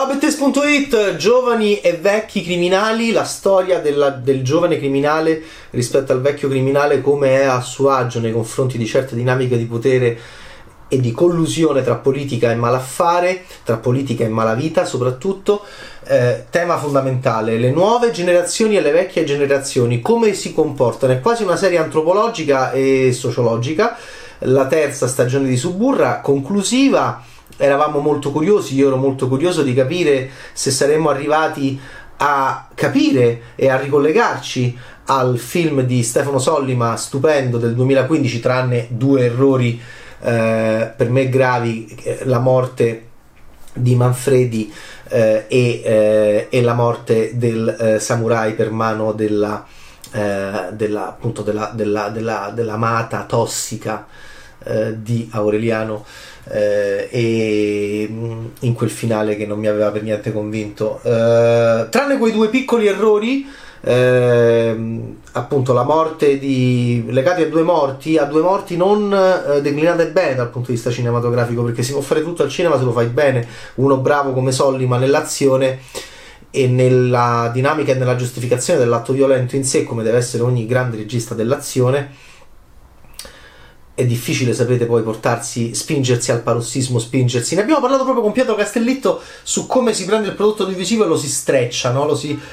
Bettes.it, giovani e vecchi criminali, la storia del giovane criminale rispetto al vecchio criminale, come è a suo agio nei confronti di certe dinamiche di potere e di collusione tra politica e malaffare, tra politica e malavita soprattutto. Tema fondamentale: le nuove generazioni e le vecchie generazioni, come si comportano. È quasi una serie antropologica e sociologica, la terza stagione di Suburra, conclusiva. Eravamo molto curiosi, io ero molto curioso di capire se saremmo arrivati a capire e a ricollegarci al film di Stefano Sollima, stupendo, del 2015, tranne due errori per me gravi: la morte di Manfredi e la morte del samurai per mano dell'amata tossica di Aureliano, e in quel finale che non mi aveva per niente convinto, tranne quei due piccoli errori, appunto la morte legati a due morti non declinate bene dal punto di vista cinematografico, perché si può fare tutto al cinema se lo fai bene, uno bravo come Sollima nell'azione e nella dinamica e nella giustificazione dell'atto violento in sé, come deve essere ogni grande regista dell'azione. È difficile, sapete, poi spingersi al parossismo, spingersi. Ne abbiamo parlato proprio con Pietro Castellitto su come si prende il prodotto audiovisivo e lo si streccia, no? Lo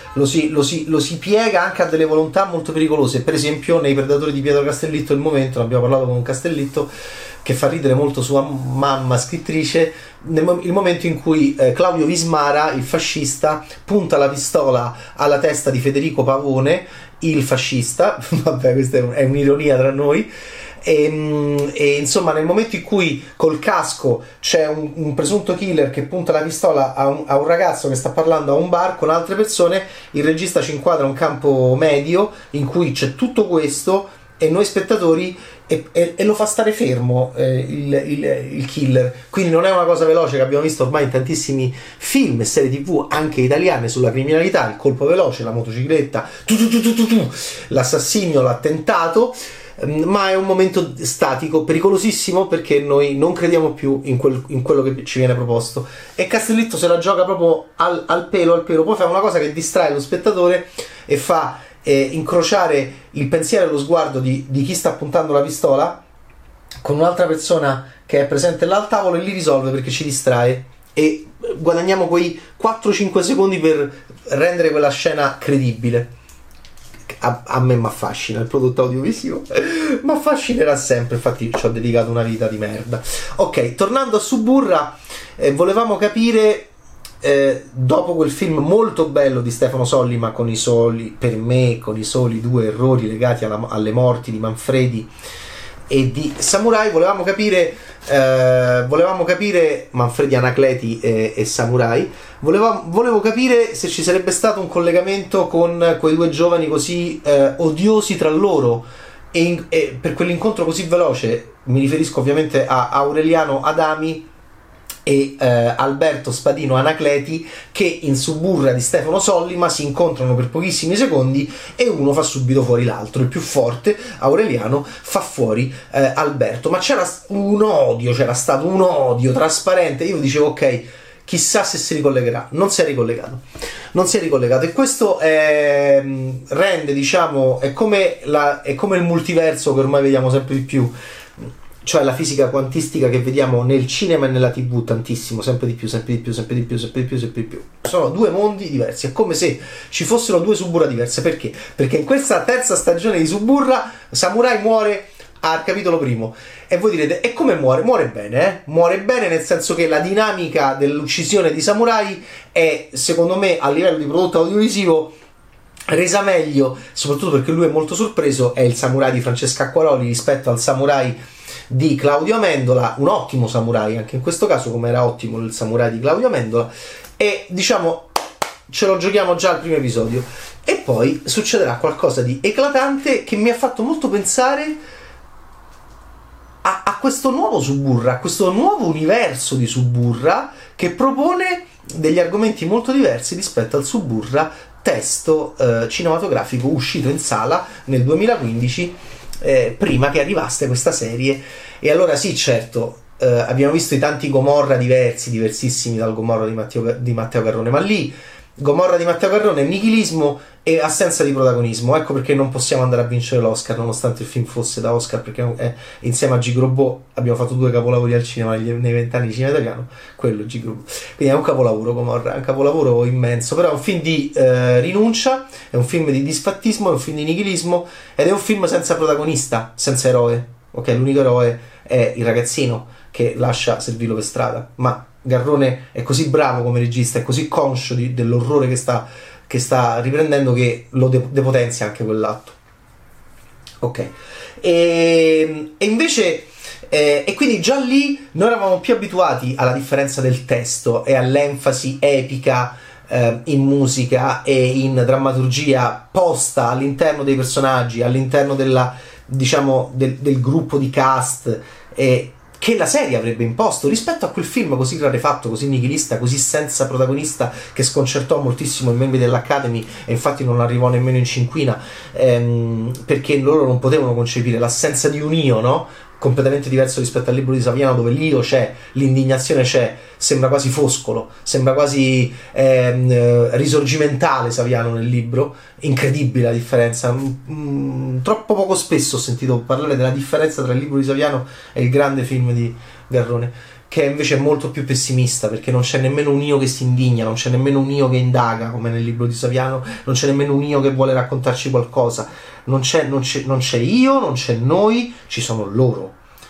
si piega anche a delle volontà molto pericolose. Per esempio, nei Predatori di Pietro Castellitto, il momento, ne abbiamo parlato con Castellitto, che fa ridere molto sua mamma scrittrice, il momento in cui Claudio Vismara, il fascista, punta la pistola alla testa di Federico Pavone, il fascista. Vabbè, questa è un'ironia tra noi. E insomma, nel momento in cui col casco c'è un presunto killer che punta la pistola a un ragazzo che sta parlando a un bar con altre persone, il regista ci inquadra un campo medio in cui c'è tutto questo e noi spettatori, e lo fa stare fermo, il killer. Quindi non è una cosa veloce che abbiamo visto ormai in tantissimi film e serie tv anche italiane sulla criminalità: il colpo veloce, la motocicletta, l'assassinio, l'attentato. Ma è un momento statico, pericolosissimo, perché noi non crediamo più in quello che ci viene proposto, e Castellitto se la gioca proprio al pelo. Poi fa una cosa che distrae lo spettatore e fa incrociare il pensiero e lo sguardo di chi sta puntando la pistola con un'altra persona che è presente là al tavolo, e li risolve perché ci distrae, e guadagniamo quei 4-5 secondi per rendere quella scena credibile. A me mi affascina il prodotto audiovisivo, mi affascinerà sempre, infatti ci ho dedicato una vita di merda. Ok, tornando a Suburra, volevamo capire, dopo quel film molto bello di Stefano Sollima, con i soli due errori legati alle morti di Manfredi e di Samurai, volevamo capire Manfredi, Anacleti e Samurai. Volevo capire se ci sarebbe stato un collegamento con quei due giovani così odiosi tra loro, e per quell'incontro così veloce mi riferisco ovviamente a Aureliano Adami e Alberto Spadino Anacleti, che in Suburra di Stefano Sollima si incontrano per pochissimi secondi e uno fa subito fuori l'altro. Il più forte, Aureliano, fa fuori Alberto, ma c'era stato un odio trasparente. Io dicevo ok, chissà se si ricollegherà. Non si è ricollegato, e questo rende, diciamo, è come il multiverso che ormai vediamo sempre di più, cioè la fisica quantistica che vediamo nel cinema e nella TV tantissimo, sempre di più. Sono due mondi diversi, è come se ci fossero due Suburra diverse. Perché? Perché in questa terza stagione di Suburra Samurai muore al capitolo primo, e voi direte: e come muore? Muore bene, muore bene, nel senso che la dinamica dell'uccisione di Samurai è, secondo me, a livello di prodotto audiovisivo resa meglio, soprattutto perché lui è molto sorpreso. È il Samurai di Francesca Acquaroli rispetto al Samurai di Claudio Amendola, un ottimo Samurai anche in questo caso, come era ottimo il Samurai di Claudio Amendola, e diciamo ce lo giochiamo già al primo episodio. E poi succederà qualcosa di eclatante che mi ha fatto molto pensare a questo nuovo Suburra, a questo nuovo universo di Suburra, che propone degli argomenti molto diversi rispetto al Suburra testo cinematografico uscito in sala nel 2015, prima che arrivasse questa serie. E allora sì, certo, abbiamo visto i tanti Gomorra diversissimi dal Gomorra di Matteo Garrone, ma lì Gomorra di Matteo Garrone è nichilismo e assenza di protagonismo. Ecco perché non possiamo andare a vincere l'Oscar, nonostante il film fosse da Oscar, perché insieme a Gigrobot abbiamo fatto 2 capolavori al cinema nei 20 anni di cinema italiano, quello è Gigrobot. Quindi è un capolavoro Gomorra, è un capolavoro immenso, però è un film di rinuncia, è un film di disfattismo, è un film di nichilismo ed è un film senza protagonista, senza eroe. Ok, l'unico eroe è il ragazzino che lascia Servillo per strada, ma Garrone è così bravo come regista, è così conscio dell'orrore che sta riprendendo, che lo depotenzia anche quell'atto. Ok, e invece e quindi già lì noi eravamo più abituati alla differenza del testo e all'enfasi epica in musica e in drammaturgia posta all'interno dei personaggi, all'interno del gruppo di cast, che la serie avrebbe imposto rispetto a quel film così rarefatto, così nichilista, così senza protagonista, che sconcertò moltissimo i membri dell'Academy e infatti non arrivò nemmeno in cinquina, perché loro non potevano concepire l'assenza di un io, no? Completamente diverso rispetto al libro di Saviano, dove l'io c'è, l'indignazione c'è, sembra quasi Foscolo, sembra quasi risorgimentale Saviano nel libro. Incredibile la differenza, troppo poco spesso ho sentito parlare della differenza tra il libro di Saviano e il grande film di Garrone, che invece è molto più pessimista, perché non c'è nemmeno un io che si indigna, non c'è nemmeno un io che indaga come nel libro di Saviano, non c'è nemmeno un io che vuole raccontarci qualcosa, non c'è io, non c'è noi, ci sono loro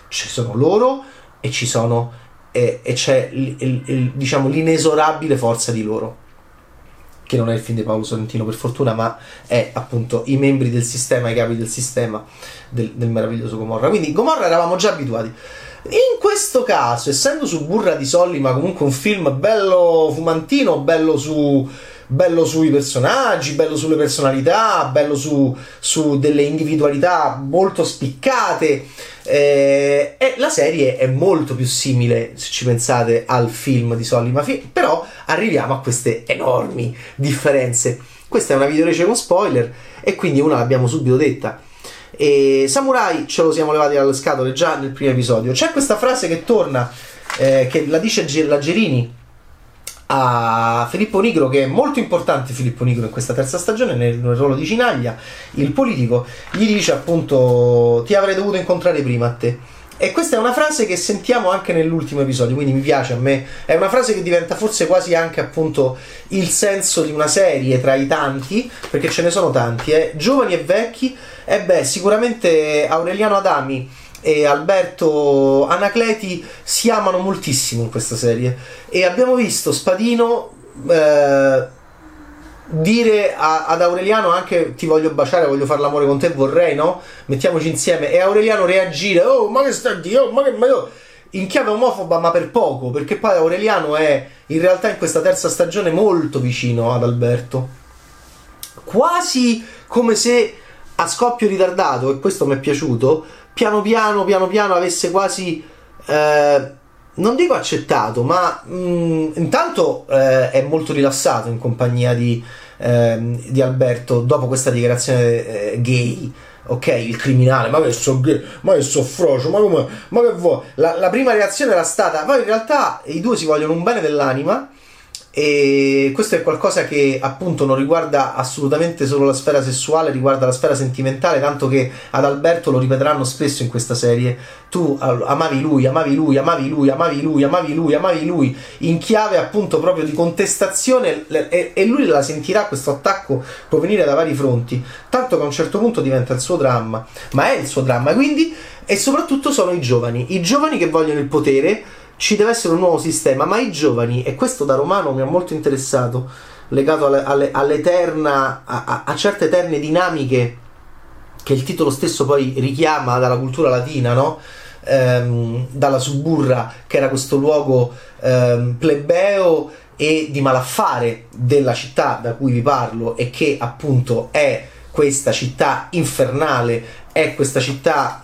e ci sono e c'è diciamo l'inesorabile forza di loro, che non è il film di Paolo Sorrentino per fortuna, ma è appunto i membri del sistema, i capi del sistema del meraviglioso Gomorra. Quindi Gomorra eravamo già abituati. In questo caso, essendo su Burra di Solli, ma comunque un film bello fumantino, bello sui personaggi, bello sulle personalità, bello su delle individualità molto spiccate, e la serie è molto più simile, se ci pensate, al film di Solli, però arriviamo a queste enormi differenze. Questa è una videorecensione con spoiler e quindi una l'abbiamo subito detta. E Samurai ce lo siamo levati dalle scatole già nel primo episodio. C'è questa frase che torna, che la dice la Gerini a Filippo Nigro, che è molto importante. Filippo Nigro in questa terza stagione nel ruolo di Cinaglia, il politico, gli dice appunto: ti avrei dovuto incontrare prima a te. E questa è una frase che sentiamo anche nell'ultimo episodio, quindi mi piace, a me è una frase che diventa forse quasi anche appunto il senso di una serie tra i tanti, perché ce ne sono tanti, giovani e vecchi. E beh, sicuramente Aureliano Adami e Alberto Anacleti si amano moltissimo in questa serie, e abbiamo visto Spadino dire ad Aureliano anche: ti voglio baciare, voglio fare l'amore con te, vorrei, no? Mettiamoci insieme. E Aureliano reagire: oh, ma che stai di? Oh, ma io, in chiave omofoba, ma per poco, perché poi Aureliano è in realtà in questa terza stagione molto vicino ad Alberto, quasi come se a scoppio ritardato, e questo mi è piaciuto, piano piano avesse quasi non dico accettato, ma intanto è molto rilassato in compagnia di Alberto dopo questa dichiarazione gay. Ok, il criminale, ma che so gay, ma che so frocio, ma che vuoi? La prima reazione era stata, poi in realtà i due si vogliono un bene dell'anima, e questo è qualcosa che appunto non riguarda assolutamente solo la sfera sessuale, riguarda la sfera sentimentale, tanto che ad Alberto lo ripeteranno spesso in questa serie: tu amavi lui, in chiave appunto proprio di contestazione, e lui la sentirà questo attacco provenire da vari fronti, tanto che a un certo punto diventa il suo dramma, ma è il suo dramma. Quindi, e soprattutto sono i giovani che vogliono il potere. Ci deve essere un nuovo sistema, ma i giovani, e questo da romano mi ha molto interessato, legato all'eterna, a certe eterne dinamiche che il titolo stesso poi richiama dalla cultura latina, no? Dalla Suburra, che era questo luogo plebeo e di malaffare della città da cui vi parlo, e che appunto è questa città infernale, è questa città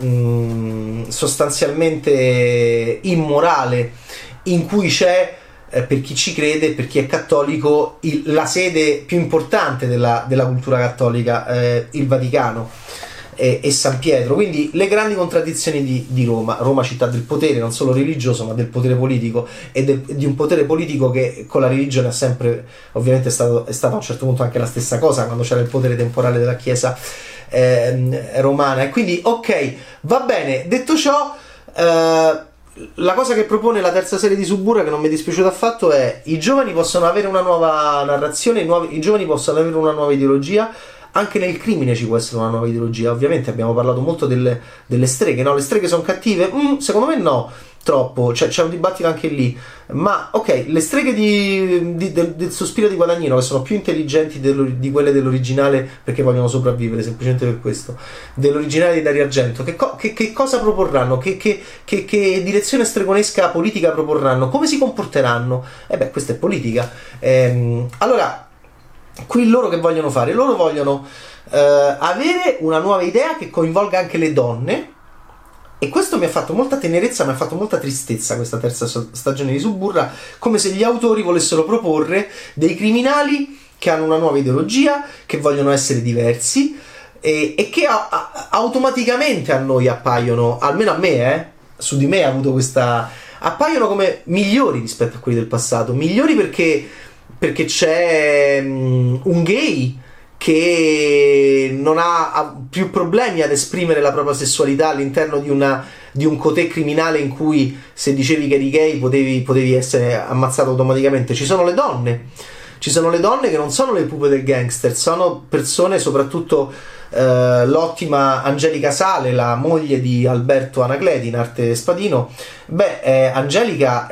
sostanzialmente immorale, in cui c'è, per chi ci crede, per chi è cattolico, la sede più importante della cultura cattolica, il Vaticano. e San Pietro, quindi le grandi contraddizioni di Roma. Roma città del potere, non solo religioso ma del potere politico, e di un potere politico che con la religione ha sempre, ovviamente è stata a un certo punto anche la stessa cosa quando c'era il potere temporale della Chiesa romana. E quindi ok, va bene, detto ciò, la cosa che propone la terza serie di Suburra, che non mi è dispiaciuta affatto, è: i giovani possono avere una nuova narrazione, i giovani possono avere una nuova ideologia. Anche nel crimine ci può essere una nuova ideologia. Ovviamente abbiamo parlato molto delle streghe, no? Le streghe sono cattive? Secondo me no, troppo, c'è un dibattito anche lì. Ma ok, le streghe del Sospiro di Guadagnino, che sono più intelligenti di quelle dell'originale, perché vogliono sopravvivere, semplicemente per questo, dell'originale di Dario Argento, che cosa proporranno? Che direzione stregonesca politica proporranno? Come si comporteranno? Questa è politica. Allora, qui loro che vogliono fare? Loro vogliono avere una nuova idea che coinvolga anche le donne, e questo mi ha fatto molta tenerezza, mi ha fatto molta tristezza, questa terza stagione di Suburra, come se gli autori volessero proporre dei criminali che hanno una nuova ideologia, che vogliono essere diversi e che automaticamente a noi appaiono, almeno a me, su di me ha avuto questa, appaiono come migliori rispetto a quelli del passato, migliori perché c'è un gay che non ha più problemi ad esprimere la propria sessualità all'interno di un cotè criminale in cui se dicevi che eri gay potevi essere ammazzato automaticamente. Ci sono le donne che non sono le pupe del gangster, sono persone, soprattutto l'ottima Angelica Sale, la moglie di Alberto Anacleti in arte Spadino. Angelica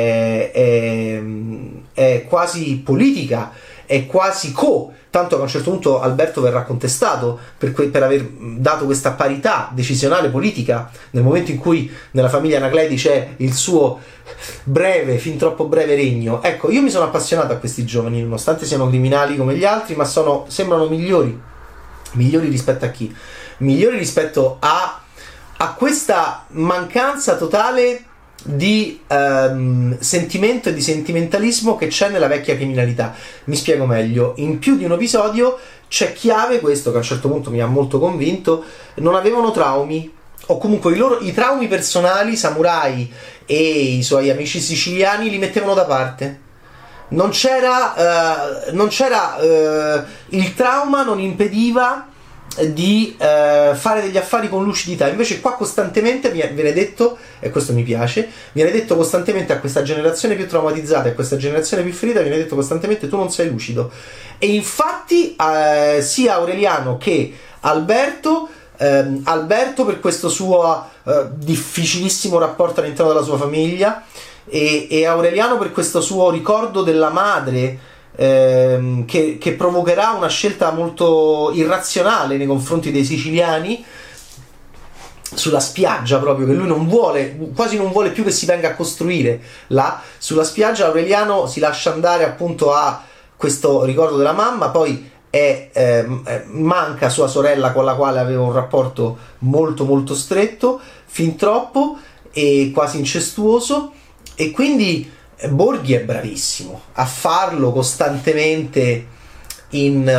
è quasi politica, è quasi tanto che a un certo punto Alberto verrà contestato per aver dato questa parità decisionale politica nel momento in cui nella famiglia Anacleti c'è il suo breve, fin troppo breve regno. Ecco, io mi sono appassionato a questi giovani, nonostante siano criminali come gli altri, ma sembrano migliori rispetto a chi? Migliori rispetto a questa mancanza totale di sentimento e di sentimentalismo che c'è nella vecchia criminalità. Mi spiego meglio: in più di un episodio c'è Chiave, questo che a un certo punto mi ha molto convinto, non avevano traumi, o comunque i traumi personali, Samurai e i suoi amici siciliani li mettevano da parte. Non c'era il trauma non impediva di fare degli affari con lucidità. Invece qua costantemente viene detto, e questo mi piace, viene detto costantemente a questa generazione più traumatizzata e a questa generazione più ferita, viene detto costantemente: tu non sei lucido. E infatti sia Aureliano che Alberto per questo suo difficilissimo rapporto all'interno della sua famiglia, e Aureliano per questo suo ricordo della madre, che provocherà una scelta molto irrazionale nei confronti dei siciliani sulla spiaggia, proprio, che lui quasi non vuole più che si venga a costruire là sulla spiaggia. Aureliano si lascia andare appunto a questo ricordo della mamma, poi manca sua sorella con la quale aveva un rapporto molto molto stretto, fin troppo, e quasi incestuoso, e quindi Borghi è bravissimo a farlo costantemente in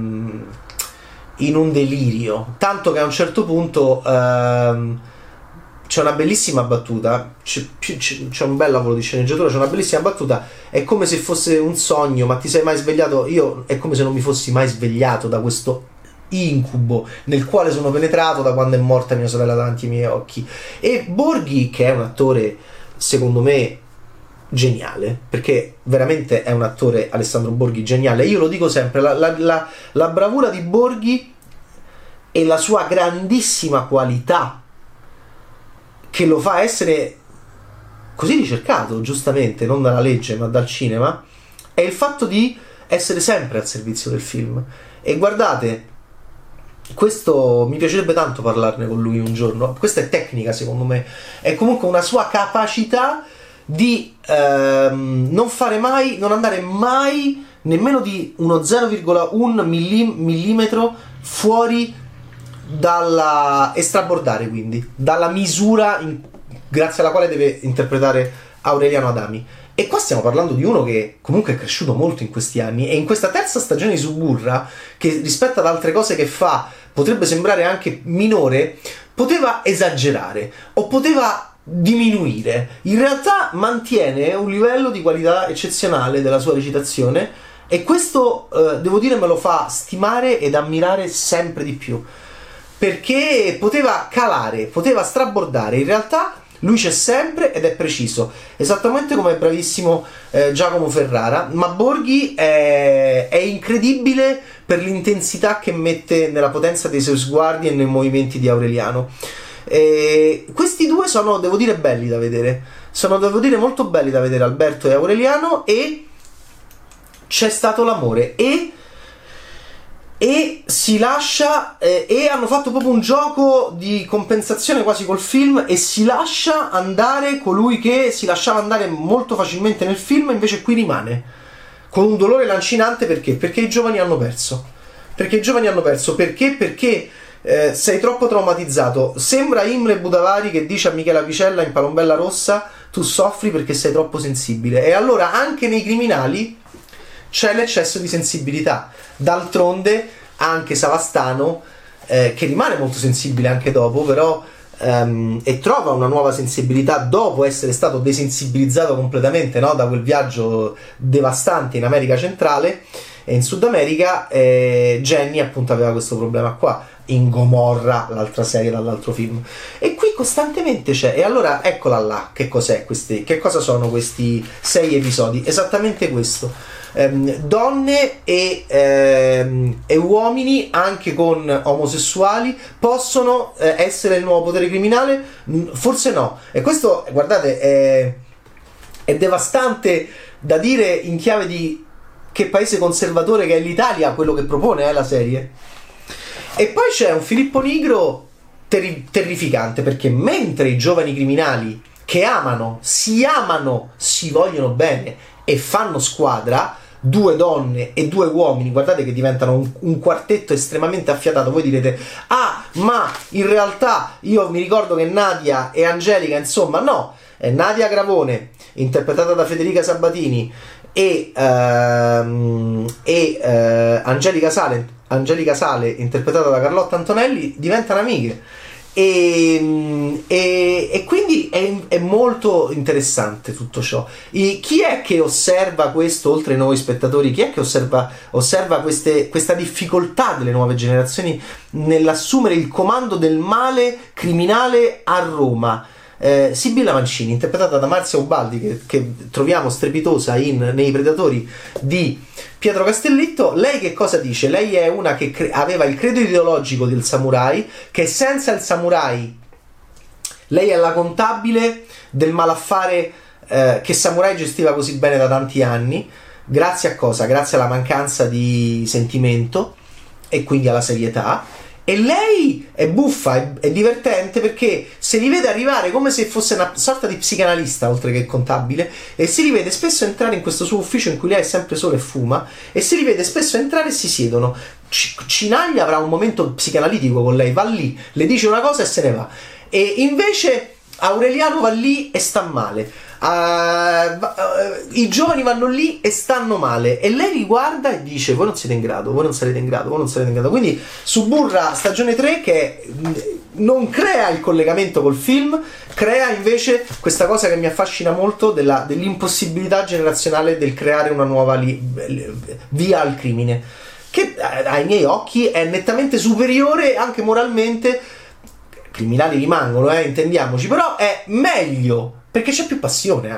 un delirio, tanto che a un certo punto c'è una bellissima battuta, c'è un bel lavoro di sceneggiatura, c'è una bellissima battuta: è come se fosse un sogno, ma ti sei mai svegliato? Io è come se non mi fossi mai svegliato da questo incubo nel quale sono penetrato da quando è morta mia sorella davanti ai miei occhi. E Borghi, che è un attore secondo me geniale, perché veramente è un attore, Alessandro Borghi, geniale. Io lo dico sempre, la bravura di Borghi e la sua grandissima qualità che lo fa essere così ricercato, giustamente, non dalla legge ma dal cinema, è il fatto di essere sempre al servizio del film. E guardate, questo mi piacerebbe tanto parlarne con lui un giorno. Questa è tecnica, secondo me, è comunque una sua capacità di non andare mai nemmeno di uno 0,1 millimetro fuori estrabordare, quindi dalla misura grazie alla quale deve interpretare Aureliano Adami. E qua stiamo parlando di uno che comunque è cresciuto molto in questi anni, e in questa terza stagione di Suburra, che rispetto ad altre cose che fa potrebbe sembrare anche minore, poteva esagerare o poteva diminuire. In realtà mantiene un livello di qualità eccezionale della sua recitazione, e questo devo dire me lo fa stimare ed ammirare sempre di più, perché poteva calare, poteva strabordare. In realtà lui c'è sempre ed è preciso, esattamente come è bravissimo Giacomo Ferrara, ma Borghi è incredibile per l'intensità che mette nella potenza dei suoi sguardi e nei movimenti di Aureliano. Questi due sono, devo dire, belli da vedere, sono, devo dire, molto belli da vedere, Alberto e Aureliano, e c'è stato l'amore, e si lascia e hanno fatto proprio un gioco di compensazione quasi col film, e si lascia andare colui che si lasciava andare molto facilmente nel film, invece qui rimane con un dolore lancinante. Perché i giovani hanno perso, perché sei troppo traumatizzato. Sembra Imre Budavari che dice a Michela Picella in Palombella Rossa: tu soffri perché sei troppo sensibile. E allora anche nei criminali c'è l'eccesso di sensibilità. D'altronde anche Savastano, che rimane molto sensibile anche dopo, però e trova una nuova sensibilità dopo essere stato desensibilizzato completamente, no? Da quel viaggio devastante in America centrale e in Sud America. Jenny appunto aveva questo problema qua in Gomorra, l'altra serie dall'altro film, e qui costantemente c'è. E allora eccola là, che cos'è che cosa sono questi 6 episodi? Esattamente questo. Donne e uomini, anche con omosessuali, possono essere il nuovo potere criminale? Forse no. E questo, guardate, è devastante da dire in chiave di che paese conservatore che è l'Italia, quello che propone la serie. E poi c'è un Filippo Nigro terrificante, perché mentre i giovani criminali che si vogliono bene e fanno squadra, 2 donne e 2 uomini, guardate che diventano un quartetto estremamente affiatato. Voi direte: ah, ma in realtà io mi ricordo che Nadia e Angelica, insomma, no, è Nadia Gravone interpretata da Federica Sabatini e Angelica Sale interpretata da Carlotta Antonelli, diventano amiche. E quindi è molto interessante tutto ciò. Chi è che osserva questo, oltre noi spettatori? Chi è che osserva questa difficoltà delle nuove generazioni nell'assumere il comando del male criminale a Roma? Sibilla Mancini, interpretata da Marzia Ubaldi, che troviamo strepitosa nei Predatori di Pietro Castellitto. Lei che cosa dice? Lei è una che aveva il credo ideologico del samurai, che senza il samurai, lei è la contabile del malaffare che Samurai gestiva così bene da tanti anni. Grazie a cosa? Grazie alla mancanza di sentimento e quindi alla serietà. E lei è buffa, è divertente, perché se li vede arrivare come se fosse una sorta di psicanalista oltre che contabile, e si rivede spesso entrare in questo suo ufficio in cui lei è sempre sola e fuma, e si rivede spesso entrare e si siedono. Cinaglia avrà un momento psicanalitico con lei, va lì, le dice una cosa e se ne va. E invece Aureliano va lì e sta male. I giovani vanno lì e stanno male, e lei li guarda e dice: voi non siete in grado, voi non sarete in grado, voi non sarete in grado. Quindi Suburra stagione 3, che non crea il collegamento col film, crea invece questa cosa che mi affascina molto dell'impossibilità generazionale del creare una nuova via al crimine, che ai miei occhi è nettamente superiore anche moralmente. Criminali rimangono, intendiamoci, però è meglio perché c'è più passione,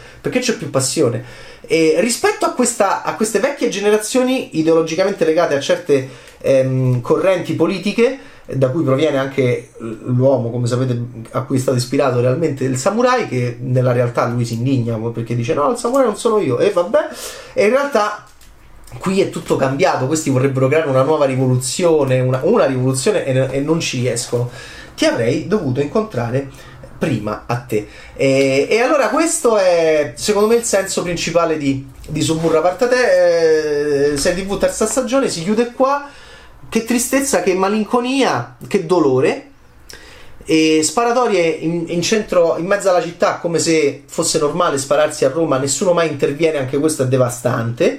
e rispetto a queste vecchie generazioni ideologicamente legate a certe correnti politiche, da cui proviene anche l'uomo, come sapete, a cui è stato ispirato realmente il samurai, che nella realtà lui si indigna perché dice: no, il samurai non sono io, e vabbè. E in realtà qui è tutto cambiato, questi vorrebbero creare una nuova rivoluzione, una rivoluzione, e non ci riescono. Ti avrei dovuto incontrare prima a te. E allora questo è secondo me il senso principale di Suburra Parte Te. Serie TV terza stagione si chiude qua. Che tristezza, che malinconia, che dolore. e sparatorie in centro, in mezzo alla città, come se fosse normale spararsi a Roma, nessuno mai interviene, anche questo è devastante.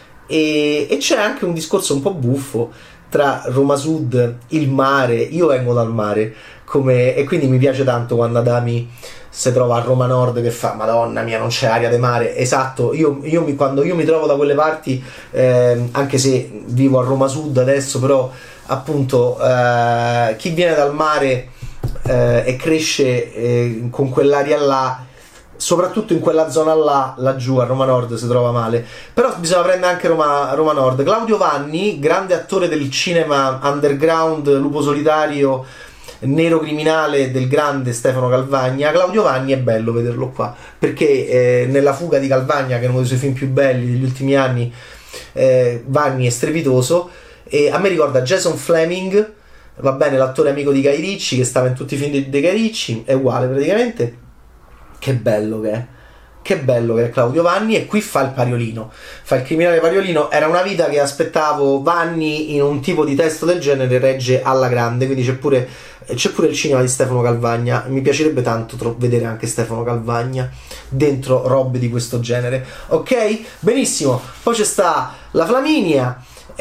E c'è anche un discorso un po' buffo tra Roma Sud, il mare. Io vengo dal mare, e quindi mi piace tanto quando Adami si trova a Roma Nord che fa Madonna mia, non c'è aria di mare. Esatto, quando io mi trovo da quelle parti, anche se vivo a Roma Sud adesso, però appunto chi viene dal mare e cresce con quell'aria là, soprattutto in quella zona là, laggiù a Roma Nord si trova male. Però bisogna prendere anche Roma Nord. Claudio Vanni, grande attore del cinema underground, lupo solitario, nero criminale del grande Stefano Calvagna. Claudio Vanni è bello vederlo qua, perché nella Fuga di Calvagna, che è uno dei suoi film più belli degli ultimi anni, Vanni è strepitoso, e a me ricorda Jason Fleming, va bene, l'attore amico di Guy Ritchie, che stava in tutti i film di Guy Ritchie, è uguale praticamente. Che bello che è Claudio Vanni, e qui fa il Pariolino, fa il criminale Pariolino. Era una vita che aspettavo. Vanni in un tipo di testo del genere regge alla grande, quindi c'è pure il cinema di Stefano Calvagna. Mi piacerebbe tanto vedere anche Stefano Calvagna dentro robe di questo genere. Ok? Benissimo. Poi c'è sta la Flaminia.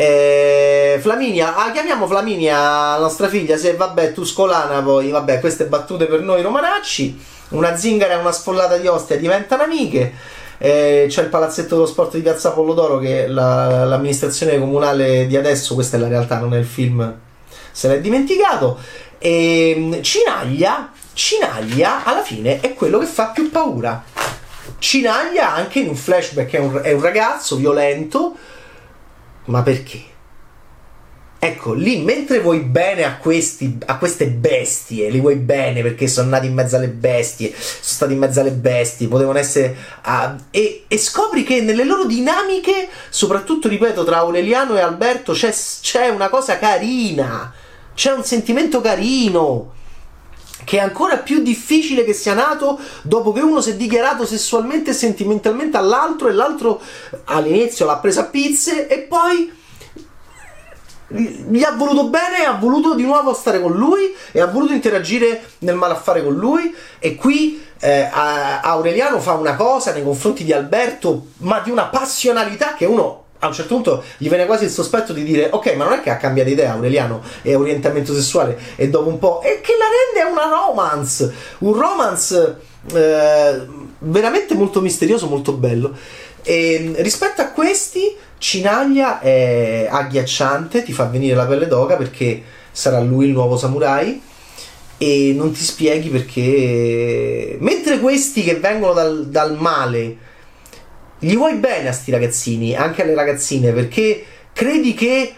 Chiamiamo Flaminia la nostra figlia, se vabbè tuscolana, poi vabbè, queste battute per noi romanacci. Una zingara e una sfollata di Ostia diventano amiche. C'è il palazzetto dello sport di Piazza Pollodoro, che l'amministrazione comunale di adesso, questa è la realtà, non è il film, se l'è dimenticato. E Cinaglia alla fine è quello che fa più paura. Cinaglia anche in un flashback è un ragazzo violento. Ma perché? Ecco, lì, mentre vuoi bene a queste bestie, li vuoi bene perché sono nati in mezzo alle bestie, sono stati in mezzo alle bestie, potevano essere... e scopri che nelle loro dinamiche, soprattutto, ripeto, tra Aureliano e Alberto, c'è una cosa carina, c'è un sentimento carino, che è ancora più difficile che sia nato dopo che uno si è dichiarato sessualmente e sentimentalmente all'altro, e l'altro all'inizio l'ha presa a pizze e poi gli ha voluto bene, ha voluto di nuovo stare con lui e ha voluto interagire nel malaffare con lui. E qui Aureliano fa una cosa nei confronti di Alberto, ma di una passionalità che uno a un certo punto gli viene quasi il sospetto di dire ok, ma non è che ha cambiato idea Aureliano e orientamento sessuale, e dopo un po' e che la rende un romance veramente molto misterioso, molto bello. E rispetto a questi, Cinaglia è agghiacciante, ti fa venire la pelle d'oca, perché sarà lui il nuovo samurai e non ti spieghi perché. Mentre questi che vengono dal male gli vuoi bene a sti ragazzini, anche alle ragazzine, perché credi che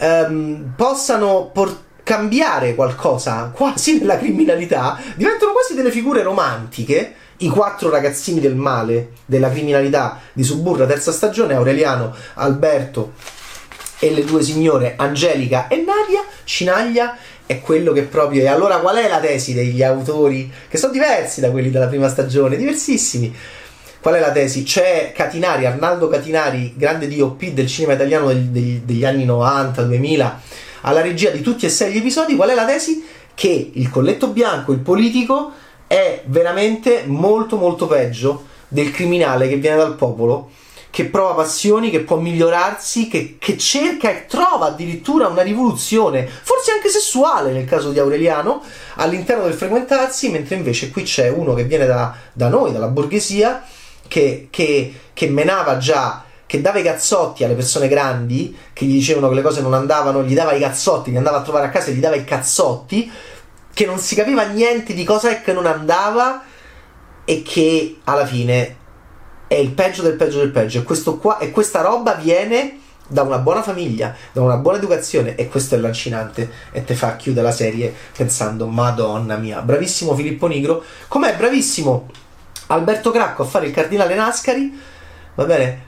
possano cambiare qualcosa quasi nella criminalità, diventano quasi delle figure romantiche. I 4 ragazzini del male, della criminalità di Suburra terza stagione: Aureliano, Alberto e le 2 signore Angelica e Nadia. Cinaglia è quello che proprio... E allora qual è la tesi degli autori, che sono diversi da quelli della prima stagione, diversissimi? Qual è la tesi? C'è Catinari, Arnaldo Catinari, grande DOP del cinema italiano degli anni 90-2000, alla regia di tutti e 6 gli episodi. Qual è la tesi? Che il colletto bianco, il politico, è veramente molto molto peggio del criminale che viene dal popolo, che prova passioni, che può migliorarsi, che cerca e trova addirittura una rivoluzione, forse anche sessuale nel caso di Aureliano, all'interno del frequentarsi, mentre invece qui c'è uno che viene da noi, dalla borghesia, che menava già, che dava i cazzotti alle persone grandi, che gli dicevano che le cose non andavano, gli dava i cazzotti, li andava a trovare a casa e gli dava i cazzotti, che non si capiva niente di cosa è che non andava, e che alla fine è il peggio del peggio del peggio. E questa roba viene da una buona famiglia, da una buona educazione, e questo è lancinante e te fa chiudere la serie pensando Madonna mia, bravissimo Filippo Nigro, com'è bravissimo Alberto Cracco a fare il cardinale Nascari, va bene?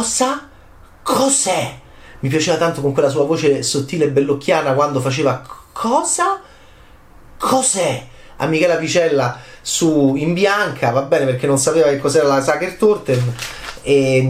Cos'è? Mi piaceva tanto con quella sua voce sottile e bellocchiana quando faceva cos'è? a Michela Picella su In Bianca, va bene, perché non sapeva che cos'era la Sachertorten, e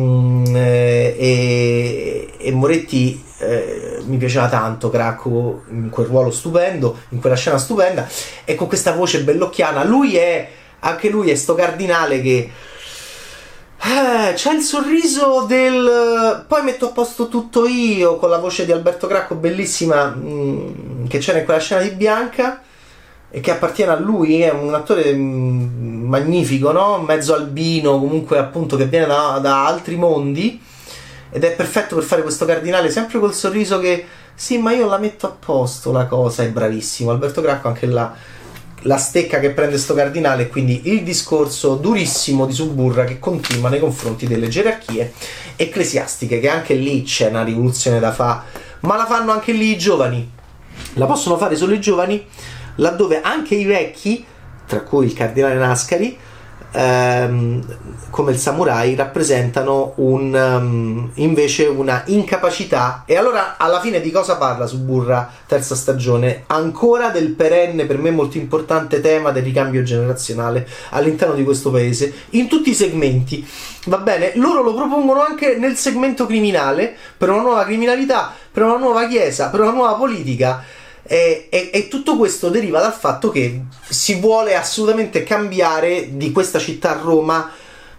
Moretti mi piaceva tanto, Cracco, in quel ruolo stupendo, in quella scena stupenda, e con questa voce bellocchiana. Anche lui è sto cardinale che c'è il sorriso del poi metto a posto tutto io, con la voce di Alberto Cracco bellissima, che c'era in quella scena di Bianca, e che appartiene a lui. È un attore magnifico, no? Mezzo albino, comunque appunto, che viene da altri mondi, ed è perfetto per fare questo cardinale, sempre col sorriso che sì, ma io la metto a posto la cosa. È bravissimo Alberto Cracco, anche la stecca che prende sto cardinale, quindi il discorso durissimo di Suburra che continua nei confronti delle gerarchie ecclesiastiche, che anche lì c'è una rivoluzione da fare, ma la fanno anche lì i giovani, la possono fare solo i giovani, laddove anche i vecchi, tra cui il cardinale Nascari, come il samurai, rappresentano invece una incapacità. E allora alla fine di cosa parla Suburra, terza stagione? Ancora del perenne, per me molto importante, tema del ricambio generazionale all'interno di questo paese, in tutti i segmenti, va bene? Loro lo propongono anche nel segmento criminale, per una nuova criminalità, per una nuova chiesa, per una nuova politica. E tutto questo deriva dal fatto che si vuole assolutamente cambiare di questa città, Roma,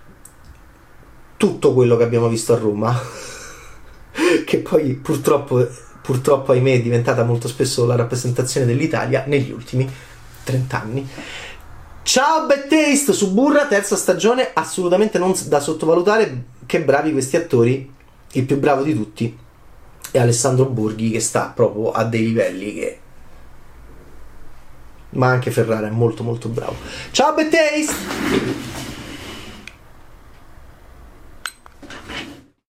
tutto quello che abbiamo visto a Roma che poi purtroppo ahimè è diventata molto spesso la rappresentazione dell'Italia negli ultimi 30 anni. Ciao Bad Taste, Suburra, terza stagione, assolutamente non da sottovalutare. Che bravi questi attori, il più bravo di tutti è Alessandro Borghi, che sta proprio a dei livelli che... ma anche Ferrara è molto molto bravo. Ciao Bad Taste!